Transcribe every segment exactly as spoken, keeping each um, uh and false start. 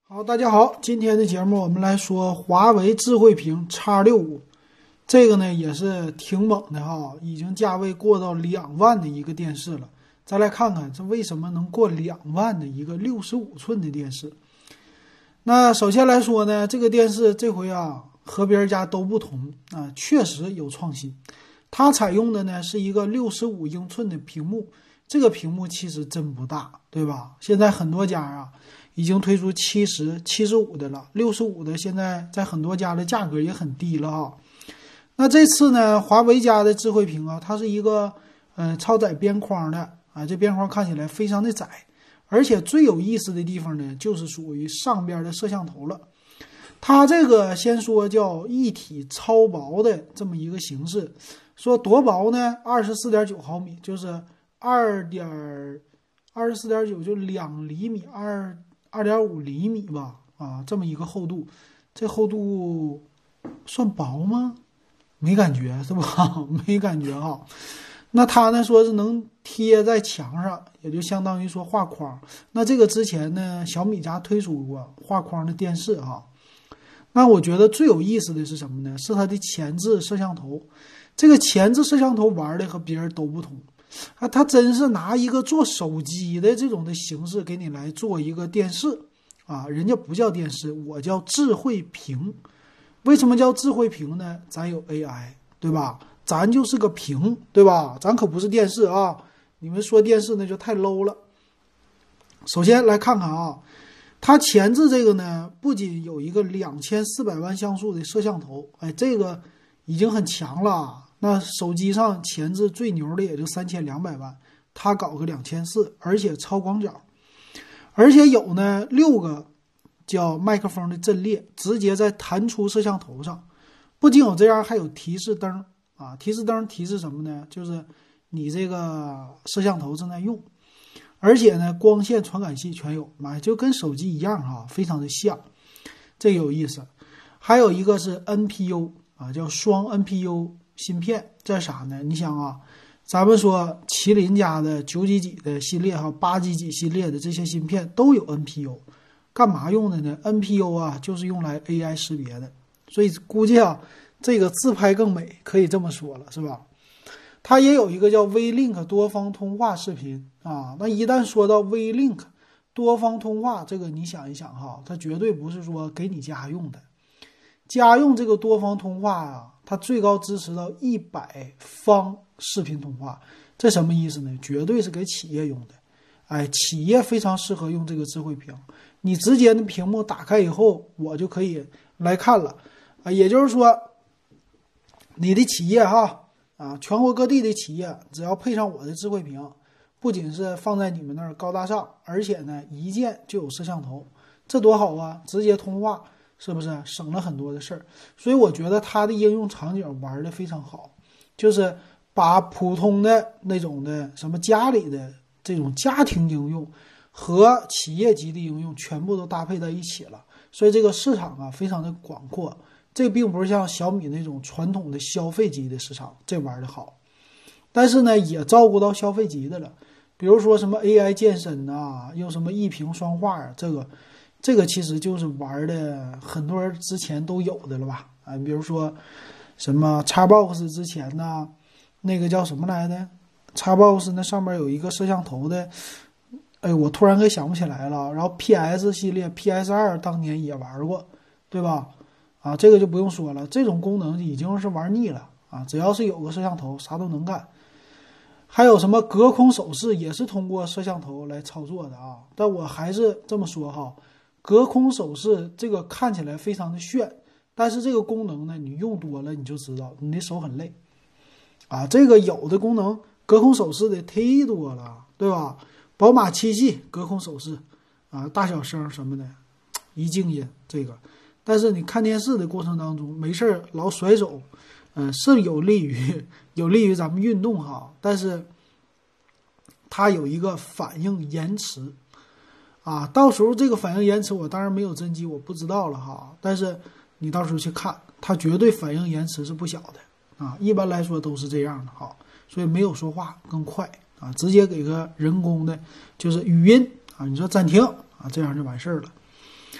好，大家好，今天的节目我们来说华为智慧屏 X 六十五，这个呢也是挺猛的哈，已经价位过到两万的一个电视了。再来看看这为什么能过两万的一个六十五寸的电视。那首先来说呢，这个电视这回啊和别人家都不同啊，确实有创新。它采用的呢是一个六十五英寸的屏幕，这个屏幕其实真不大，对吧？现在很多家啊已经推出七十、七十五的了，六十五的现在在很多家的价格也很低了啊。那这次呢，华为家的智慧屏啊，它是一个呃超窄边框的啊，这边框看起来非常的窄，而且最有意思的地方呢，就是属于上边的摄像头了。它这个先说叫一体超薄的这么一个形式，说多薄呢？ 二十四点九毫米，就是二点二十四点九就两厘米，二二点五厘米吧，啊，这么一个厚度，这厚度算薄吗？没感觉是吧？没感觉哈。那它呢说是能贴在墙上，也就相当于说画框。那这个之前呢，小米家推出过画框的电视哈。那我觉得最有意思的是什么呢？是它的前置摄像头。这个前置摄像头玩的和别人都不同啊，它真是拿一个做手机的这种的形式给你来做一个电视啊，人家不叫电视，我叫智慧屏。为什么叫智慧屏呢？咱有 A I， 对吧？咱就是个屏，对吧？咱可不是电视啊！你们说电视那就太 low 了。首先来看看啊，它前置这个呢，不仅有一个两千四百万像素的摄像头，哎，这个已经很强了。那手机上前置最牛的也就三千两百万，它搞个两千四，而且超广角，而且有呢六个叫麦克风的阵列，直接在弹出摄像头上。不仅有这样，还有提示灯啊，提示灯提示什么呢？就是你这个摄像头正在用，而且呢光线传感器全有，啊，就跟手机一样哈，非常的像，这个有意思。还有一个是 N P U 啊，叫双 N P U。芯片这是啥呢？你想啊，咱们说麒麟家的九几几的系列哈，八几几系列的这些芯片都有 N P U， 干嘛用的呢 ？N P U 啊，就是用来 A I 识别的，所以估计啊，这个自拍更美，可以这么说了，是吧？它也有一个叫 V-Link 多方通话视频啊。那一旦说到 V-Link 多方通话，这个你想一想哈，它绝对不是说给你家用的。家用这个多方通话啊，它最高支持到一百方视频通话，这什么意思呢？绝对是给企业用的。哎，企业非常适合用这个智慧屏，你直接的屏幕打开以后，我就可以来看了啊。也就是说，你的企业哈啊，全国各地的企业，只要配上我的智慧屏，不仅是放在你们那儿高大上，而且呢，一键就有摄像头，这多好啊！直接通话。是不是省了很多的事儿？所以我觉得它的应用场景玩的非常好，就是把普通的那种的什么家里的这种家庭应用和企业级的应用全部都搭配在一起了，所以这个市场啊非常的广阔。这并不是像小米那种传统的消费级的市场，这玩的好，但是呢也照顾到消费级的了，比如说什么 A I 健身啊，又什么一屏双画啊，这个。这个其实就是玩的很多人之前都有的了吧？啊，比如说什么 Xbox 之前呢，那个叫什么来的 ？Xbox 那上面有一个摄像头的，哎，我突然给想不起来了。然后 P S 系列 P S 二 当年也玩过，对吧？啊，这个就不用说了，这种功能已经是玩腻了啊！只要是有个摄像头，啥都能干。还有什么隔空手势也是通过摄像头来操作的啊？但我还是这么说哈。隔空手势这个看起来非常的炫，但是这个功能呢，你用多了你就知道你的手很累啊。这个有的功能隔空手势的忒多了，对吧？宝马七系隔空手势啊，大小声什么的，一静音这个。但是你看电视的过程当中，没事老甩手，嗯、呃，是有利于有利于咱们运动哈，但是它有一个反应延迟。啊，到时候这个反应延迟我当然没有真机，我不知道了哈。但是你到时候去看，它绝对反应延迟是不小的啊。一般来说都是这样的哈，所以没有说话更快啊，直接给个人工的，就是语音啊，你说暂停啊，这样就完事儿了。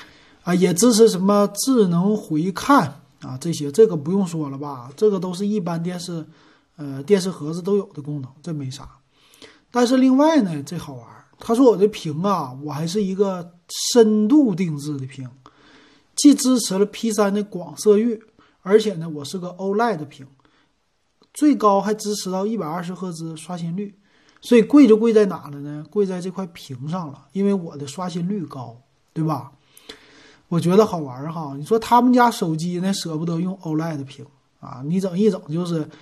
啊，也支持什么智能回看啊，这些这个不用说了吧，这个都是一般电视，呃，电视盒子都有的功能，这没啥。但是另外呢，这好玩，他说我的屏啊，我还是一个深度定制的屏，既支持了 P 三 的广色域，而且呢，我是个 O L E D 屏，最高还支持到一百二十赫兹刷新率。所以贵就贵在哪了呢？贵在这块屏上了，因为我的刷新率高，对吧？我觉得好玩哈。你说他们家手机呢，舍不得用 O L E D 屏啊，你整一整就是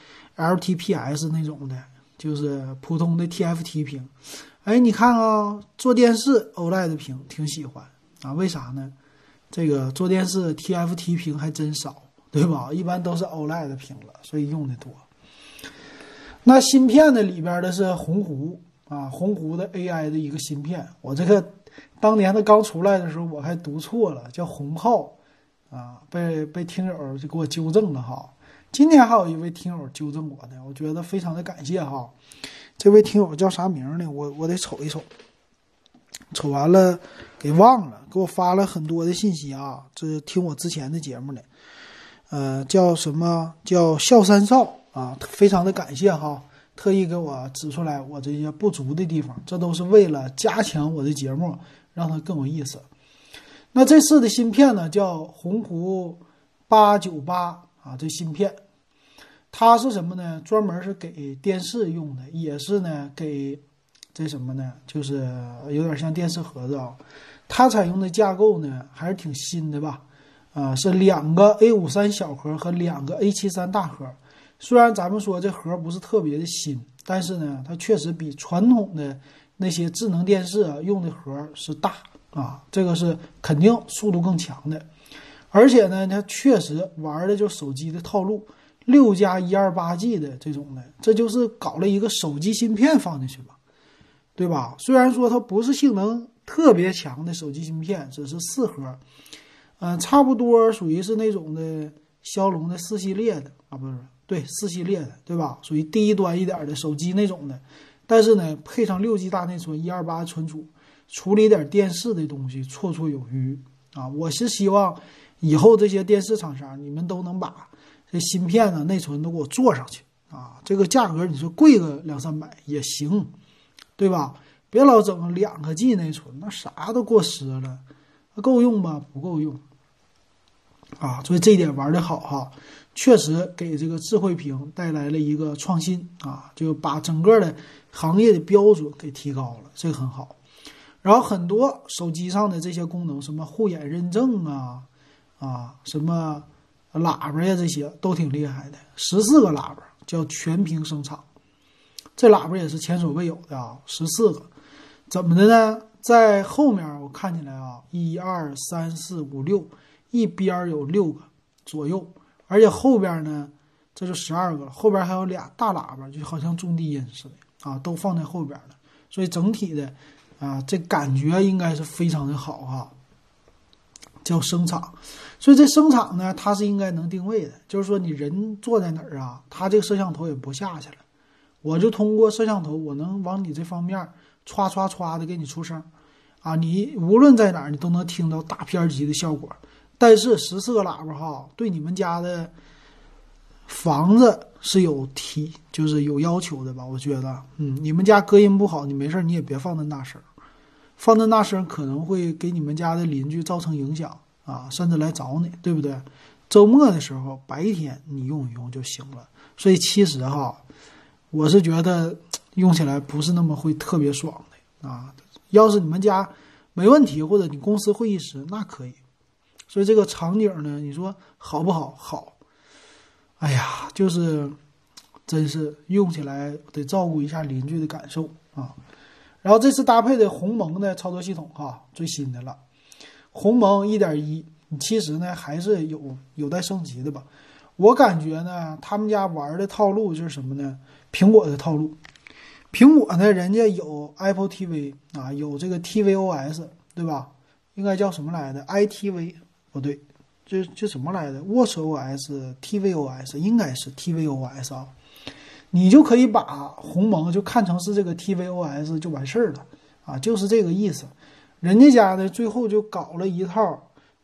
L T P S 那种的，就是普通的 T F T 屏。哎，你看啊，做电视 O L E D 屏挺喜欢啊，为啥呢？这个做电视 T F T 屏还真少，对吧？一般都是 O L E D 屏了，所以用的多。那芯片呢，里边的是鸿鹄啊，鸿鹄的 A I 的一个芯片。我这个当年它刚出来的时候，我还读错了，叫鸿浩啊，被被听友就给我纠正了哈。今天还有一位听友纠正我呢，我觉得非常的感谢哈。这位听友叫啥名呢？我我得瞅一瞅，瞅完了给忘了，给我发了很多的信息啊。这是听我之前的节目呢，呃，叫什么叫笑三少。啊，非常的感谢哈，特意给我指出来我这些不足的地方，这都是为了加强我的节目，让它更有意思。那这次的芯片呢，叫鸿鹄八九八啊，这芯片它是什么呢？专门是给电视用的，也是呢给这什么呢？就是有点像电视盒子啊。它采用的架构呢还是挺新的吧？啊，是两个 A 五十三 小核和两个 A 七十三 大核。虽然咱们说这盒不是特别的新，但是呢，它确实比传统的那些智能电视啊用的盒是大啊，这个是肯定速度更强的。而且呢，它确实玩的就手机的套路，六加一二八 G 的这种的，这就是搞了一个手机芯片放进去吧，对吧？虽然说它不是性能特别强的手机芯片，只是四核，嗯、呃，差不多属于是那种的骁龙的四系列的啊，不是。对，四系列的，对吧？属于低端一点的手机那种的，但是呢，配上六 G 大内存、一二八存储，处理点电视的东西绰绰有余啊！我是希望以后这些电视厂商，你们都能把这芯片呢、内存都给我做上去啊！这个价格你说贵个两三百也行，对吧？别老整两个 G 内存，那啥都过时了，那够用吧？不够用啊！所以这一点玩的好哈。确实给这个智慧屏带来了一个创新啊，就把整个的行业的标准给提高了，这个很好。然后很多手机上的这些功能，什么护眼认证啊，啊，什么喇叭呀，这些都挺厉害的。十四个喇叭叫全屏声场，这喇叭也是前所未有的啊，十四个。怎么的呢？在后面我看起来啊，一二三四五六，一边有六个左右。而且后边呢，这就十二个了，后边还有俩大喇叭，就好像中低音似的啊，都放在后边了。所以整体的啊，这感觉应该是非常的好哈，叫声场。所以这声场呢，它是应该能定位的，就是说你人坐在哪儿啊，它这个摄像头也不下去了，我就通过摄像头，我能往你这方面歘歘歘的给你出声啊，你无论在哪儿，你都能听到大片级的效果。但是十四个喇叭哈，对你们家的房子是有提，就是有要求的吧？我觉得，嗯，你们家隔音不好，你没事你也别放那大声，放那大声可能会给你们家的邻居造成影响啊，甚至来找你，对不对？周末的时候，白天你用一用就行了。所以其实哈，我是觉得用起来不是那么会特别爽的啊。要是你们家没问题，或者你公司会议室，那可以。所以这个场景呢，你说好不好？好。哎呀，就是真是用起来得照顾一下邻居的感受啊。然后这次搭配的鸿蒙的操作系统哈，最新的了，鸿蒙 一点一， 其实呢还是有有待升级的吧。我感觉呢，他们家玩的套路就是什么呢？苹果的套路。苹果呢，人家有 Apple T V 啊，有这个 T V O S， 对吧？应该叫什么来的 ？I T V。不对，这这什么来的 ？WatchOS、T V O S 应该是 T V O S 啊，你就可以把鸿蒙就看成是这个 T V O S 就完事儿了啊，就是这个意思。人家家呢最后就搞了一套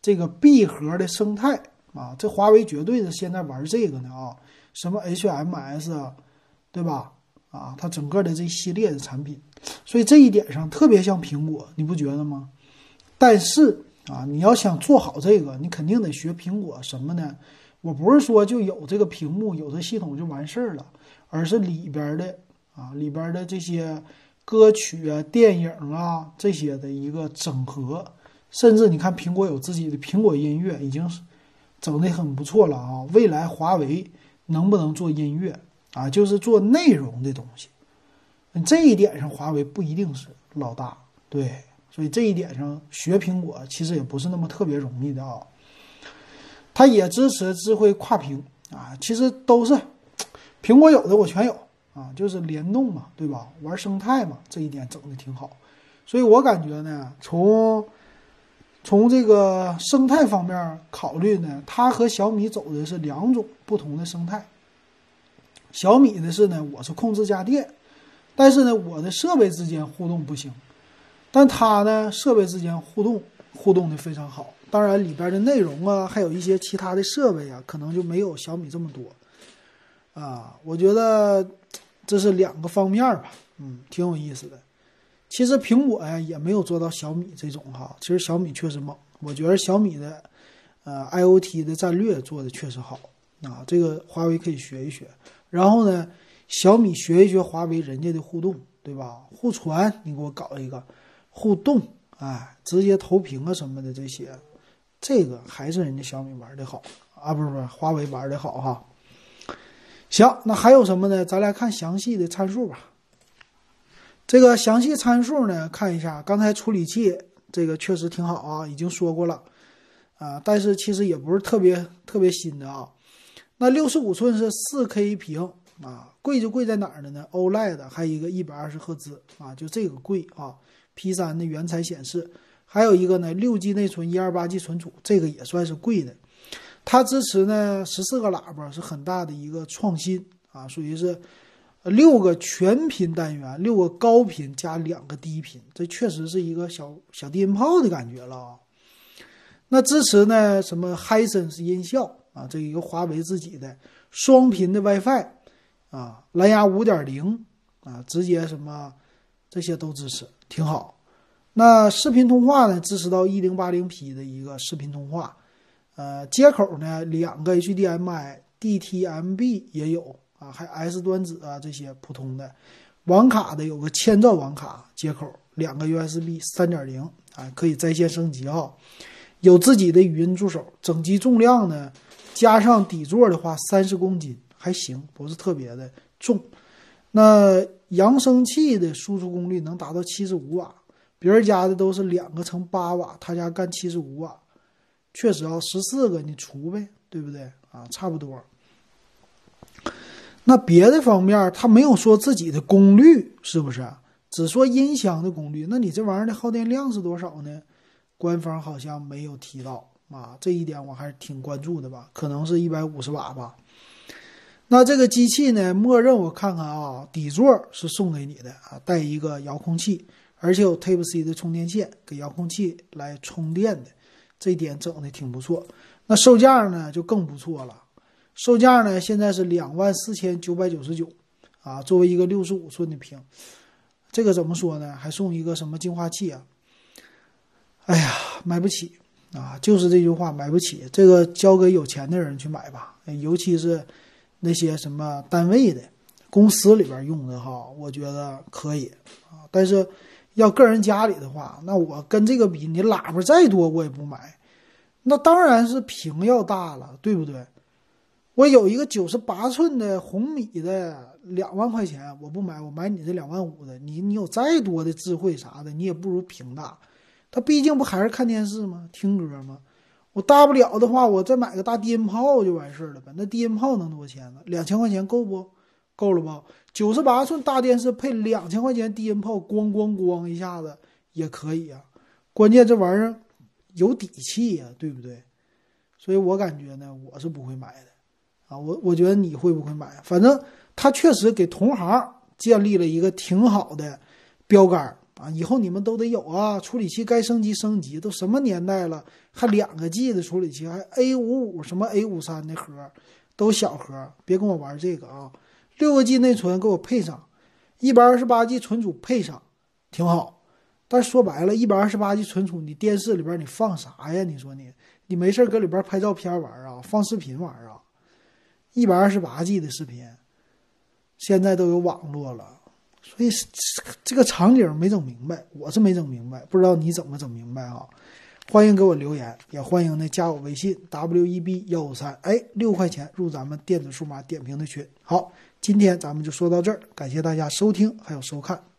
这个闭合的生态啊，这华为绝对是现在玩这个呢啊，什么 H M S 啊，对吧？啊，它整个的这系列的产品，所以这一点上特别像苹果，你不觉得吗？但是啊，你要想做好这个，你肯定得学苹果什么呢？我不是说就有这个屏幕、有这系统就完事儿了，而是里边的啊，里边的这些歌曲啊、电影啊这些的一个整合，甚至你看苹果有自己的苹果音乐，已经整得很不错了啊。未来华为能不能做音乐啊？就是做内容的东西，这一点上华为不一定是老大，对，所以这一点上学苹果其实也不是那么特别容易的啊。它也支持智慧跨屏啊，其实都是苹果有的我全有啊，就是联动嘛，对吧？玩生态嘛，这一点整的挺好。所以我感觉呢，从从这个生态方面考虑呢，它和小米走的是两种不同的生态。小米的是呢，我是控制家电，但是呢，我的设备之间互动不行，但它呢，设备之间互动互动的非常好。当然里边的内容啊，还有一些其他的设备啊，可能就没有小米这么多啊。我觉得这是两个方面吧，嗯，挺有意思的。其实苹果呀也没有做到小米这种哈，其实小米确实猛，我觉得小米的呃 I O T 的战略做的确实好啊，这个华为可以学一学。然后呢，小米学一学华为人家的互动，对吧？互传你给我搞一个互动，哎，直接投屏啊什么的这些。这个还是人家小米玩的好啊，不是不是，华为玩的好哈。行，那还有什么呢？咱来看详细的参数吧。这个详细参数呢，看一下，刚才处理器这个确实挺好啊，已经说过了啊，但是其实也不是特别特别新的啊。那六十五寸是 四 K 屏啊，贵就贵在哪儿呢 ？O L E D 还有一个一百二十赫兹啊，就这个贵啊。P 三 的原彩显示。还有一个呢，六 G 内存 一二八 G 存储，这个也算是贵的。它支持呢十四个喇叭，是很大的一个创新啊，属于是六个全频单元，六个高频加两个低频，这确实是一个小小低音炮的感觉了啊。那支持呢什么 Hisense 音效啊，这一个华为自己的双频的 WiFi 啊，蓝牙 五点零 啊，直接什么这些都支持，挺好。那视频通话呢，支持到 一零八零 P 的一个视频通话，呃，接口呢两个 H D M I、D T M B 也有啊，还 S 端子啊这些普通的，网卡的有个千兆网卡接口，两个 U S B 三点零 啊，可以在线升级啊，有自己的语音助手，整机重量呢加上底座的话三十公斤，还行，不是特别的重。那扬声器的输出功率能达到七十五瓦。别人家的都是两个乘八瓦，他家干七十五瓦，确实啊，十四个你除呗，对不对啊？差不多。那别的方面，他没有说自己的功率是不是？只说音箱的功率，那你这玩意儿的耗电量是多少呢？官方好像没有提到啊，这一点我还是挺关注的吧，可能是一百五十瓦吧。那这个机器呢，默认我看看啊，底座是送给你的啊，带一个遥控器。而且有 Type C 的充电线，给遥控器来充电的，这一点整的挺不错。那售价呢就更不错了，售价呢现在是两万四千九百九十九啊，作为一个六十五寸的屏，这个怎么说呢？还送一个什么净化器啊？哎呀，买不起啊！就是这句话，买不起。这个交给有钱的人去买吧，尤其是那些什么单位的、公司里边用的哈，我觉得可以啊，但是。要个人家里的话，那我跟这个比，你喇叭再多我也不买，那当然是屏要大了，对不对？我有一个九十八寸的红米的两万块钱，我不买，我买你这两万五的，你你有再多的智慧啥的，你也不如屏大。它毕竟不还是看电视吗？听歌吗？我大不了的话，我再买个大低音炮就完事了呗。那低音炮能多少钱呢？两千块钱够不？够了吧？九十八寸大电视配两千块钱低音炮，咣咣咣一下子也可以啊。关键这玩意儿有底气呀、啊，对不对？所以我感觉呢，我是不会买的啊。我我觉得你会不会买？反正它确实给同行建立了一个挺好的标杆啊，以后你们都得有啊，处理器该升级升级，都什么年代了，还两个 G 的处理器，还 A 五五 什么 A 五三的核，都小核，别跟我玩这个啊，六个 G 内存给我配上，一百二十八 G 存储配上，挺好。但说白了，一百二十八 G 存储，你电视里边你放啥呀？你说你，你没事搁里边拍照片玩啊，放视频玩啊？一百二十八 G 的视频，现在都有网络了。所以这个场景没整明白，我是没整明白，不知道你怎么整明白啊？欢迎给我留言，也欢迎呢加我微信 W E B 一五三，哎，六块钱入咱们电子数码点评的群。好，今天咱们就说到这儿，感谢大家收听还有收看。